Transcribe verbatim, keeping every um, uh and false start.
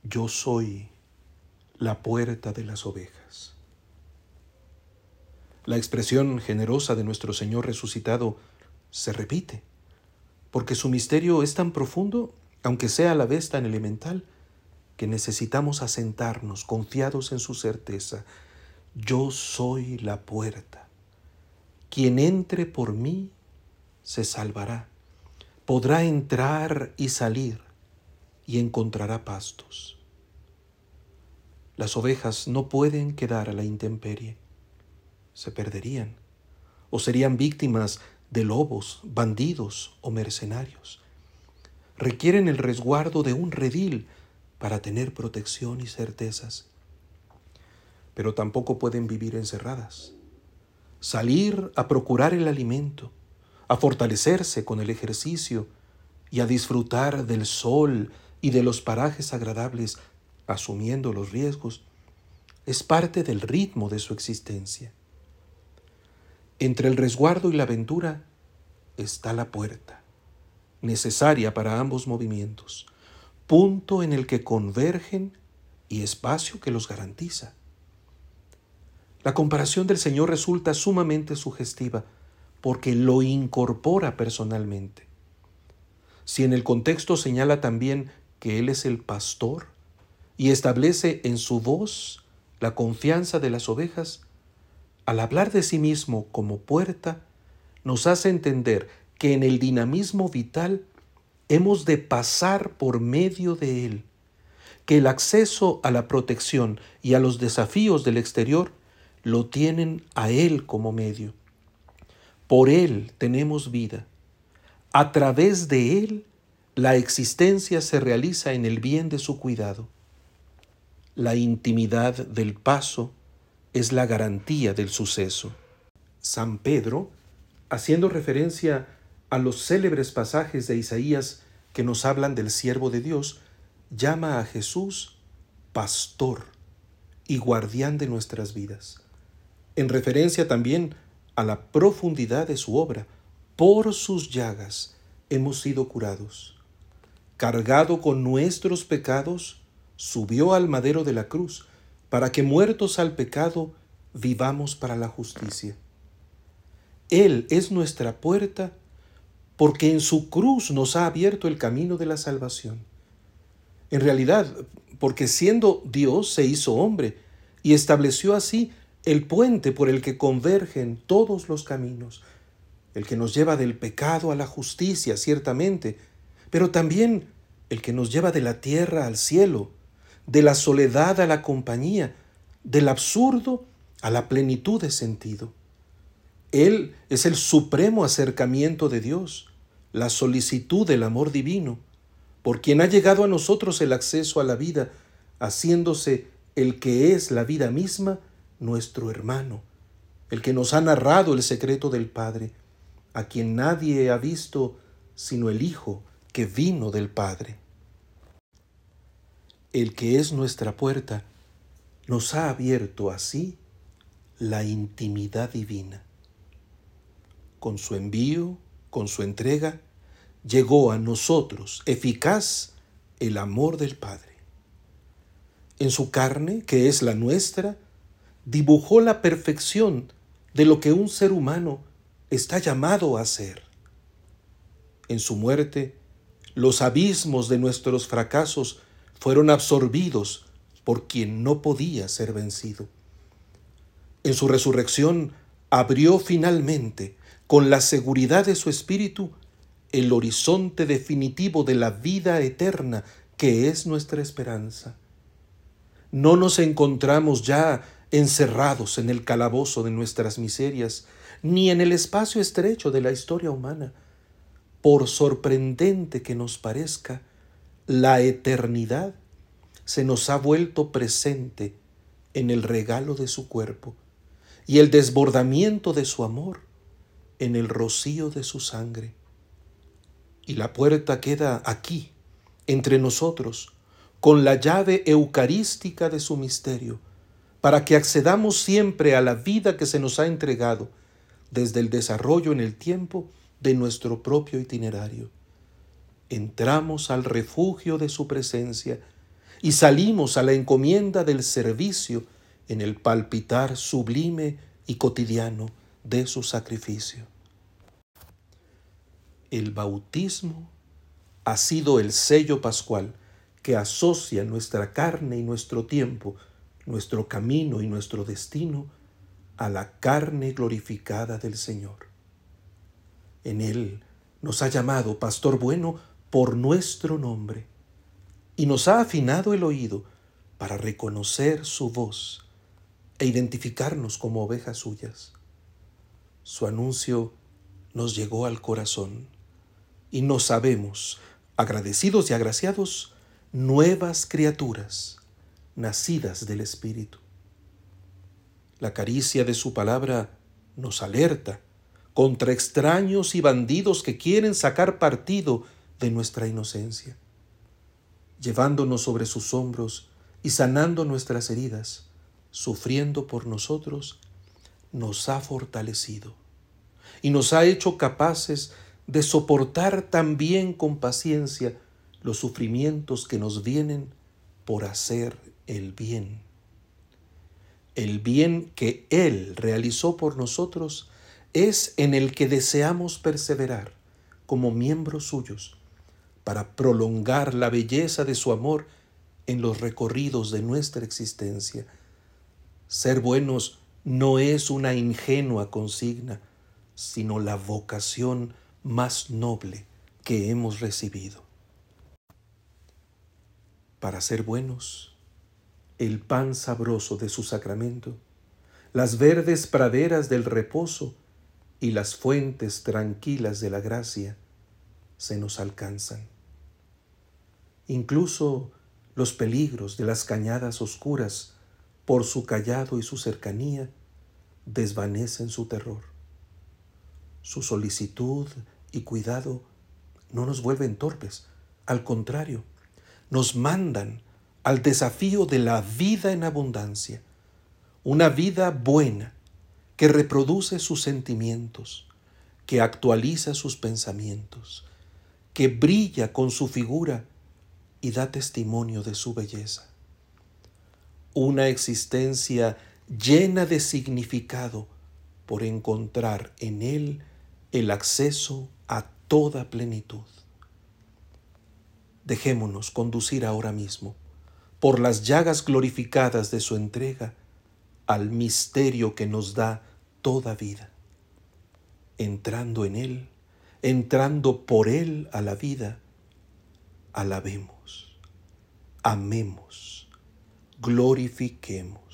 Yo soy la puerta de las ovejas. La expresión generosa de nuestro Señor resucitado se repite, porque su misterio es tan profundo, aunque sea a la vez tan elemental, que necesitamos asentarnos confiados en su certeza. Yo soy la puerta. Quien entre por mí se salvará. Podrá entrar y salir y encontrará pastos. Las ovejas no pueden quedar a la intemperie. Se perderían o serían víctimas de lobos, bandidos o mercenarios. Requieren el resguardo de un redil para tener protección y certezas. Pero tampoco pueden vivir encerradas. Salir a procurar el alimento, a fortalecerse con el ejercicio y a disfrutar del sol y de los parajes agradables, asumiendo los riesgos, es parte del ritmo de su existencia. Entre el resguardo y la aventura está la puerta, necesaria para ambos movimientos, punto en el que convergen y espacio que los garantiza. La comparación del Señor resulta sumamente sugestiva porque lo incorpora personalmente. Si en el contexto señala también que Él es el pastor y establece en su voz la confianza de las ovejas, al hablar de sí mismo como puerta, nos hace entender que en el dinamismo vital hemos de pasar por medio de Él, que el acceso a la protección y a los desafíos del exterior lo tienen a Él como medio. Por Él tenemos vida. A través de Él, la existencia se realiza en el bien de su cuidado. La intimidad del paso es la garantía del suceso. San Pedro, haciendo referencia a los célebres pasajes de Isaías que nos hablan del siervo de Dios, llama a Jesús pastor y guardián de nuestras vidas, en referencia también a la profundidad de su obra. Por sus llagas hemos sido curados. Cargado con nuestros pecados, subió al madero de la cruz, para que muertos al pecado, vivamos para la justicia. Él es nuestra puerta, porque en su cruz nos ha abierto el camino de la salvación. En realidad, porque siendo Dios se hizo hombre y estableció así el puente por el que convergen todos los caminos, el que nos lleva del pecado a la justicia, ciertamente, pero también el que nos lleva de la tierra al cielo, de la soledad a la compañía, del absurdo a la plenitud de sentido. Él es el supremo acercamiento de Dios, la solicitud del amor divino, por quien ha llegado a nosotros el acceso a la vida, haciéndose el que es la vida misma, nuestro hermano, el que nos ha narrado el secreto del Padre, a quien nadie ha visto sino el Hijo que vino del Padre. El que es nuestra puerta nos ha abierto así la intimidad divina. Con su envío, con su entrega, llegó a nosotros eficaz el amor del Padre. En su carne, que es la nuestra, dibujó la perfección de lo que un ser humano está llamado a ser. En su muerte, los abismos de nuestros fracasos fueron absorbidos por quien no podía ser vencido. En su resurrección, abrió finalmente, con la seguridad de su espíritu, el horizonte definitivo de la vida eterna que es nuestra esperanza. No nos encontramos ya encerrados en el calabozo de nuestras miserias, ni en el espacio estrecho de la historia humana. Por sorprendente que nos parezca, la eternidad se nos ha vuelto presente en el regalo de su cuerpo y el desbordamiento de su amor en el rocío de su sangre. Y la puerta queda aquí, entre nosotros, con la llave eucarística de su misterio, para que accedamos siempre a la vida que se nos ha entregado desde el desarrollo en el tiempo de nuestro propio itinerario. Entramos al refugio de su presencia y salimos a la encomienda del servicio en el palpitar sublime y cotidiano de su sacrificio. El bautismo ha sido el sello pascual que asocia nuestra carne y nuestro tiempo, nuestro camino y nuestro destino a la carne glorificada del Señor. En Él nos ha llamado pastor bueno por nuestro nombre y nos ha afinado el oído para reconocer su voz e identificarnos como ovejas suyas. Su anuncio nos llegó al corazón y nos sabemos, agradecidos y agraciados, nuevas criaturas, nacidas del Espíritu. La caricia de su palabra nos alerta contra extraños y bandidos que quieren sacar partido de nuestra inocencia. Llevándonos sobre sus hombros y sanando nuestras heridas, sufriendo por nosotros, nos ha fortalecido y nos ha hecho capaces de soportar también con paciencia los sufrimientos que nos vienen por hacer el bien. El bien que Él realizó por nosotros es en el que deseamos perseverar como miembros suyos para prolongar la belleza de su amor en los recorridos de nuestra existencia. Ser buenos no es una ingenua consigna, sino la vocación más noble que hemos recibido. Para ser buenos, el pan sabroso de su sacramento, las verdes praderas del reposo y las fuentes tranquilas de la gracia se nos alcanzan. Incluso los peligros de las cañadas oscuras, por su callado y su cercanía, desvanecen su terror. Su solicitud y cuidado no nos vuelven torpes, al contrario, nos mandan al desafío de la vida en abundancia, una vida buena que reproduce sus sentimientos, que actualiza sus pensamientos, que brilla con su figura y da testimonio de su belleza. Una existencia llena de significado por encontrar en Él el acceso a toda plenitud. Dejémonos conducir ahora mismo por las llagas glorificadas de su entrega al misterio que nos da toda vida. Entrando en Él, entrando por Él a la vida, alabemos, amemos, glorifiquemos.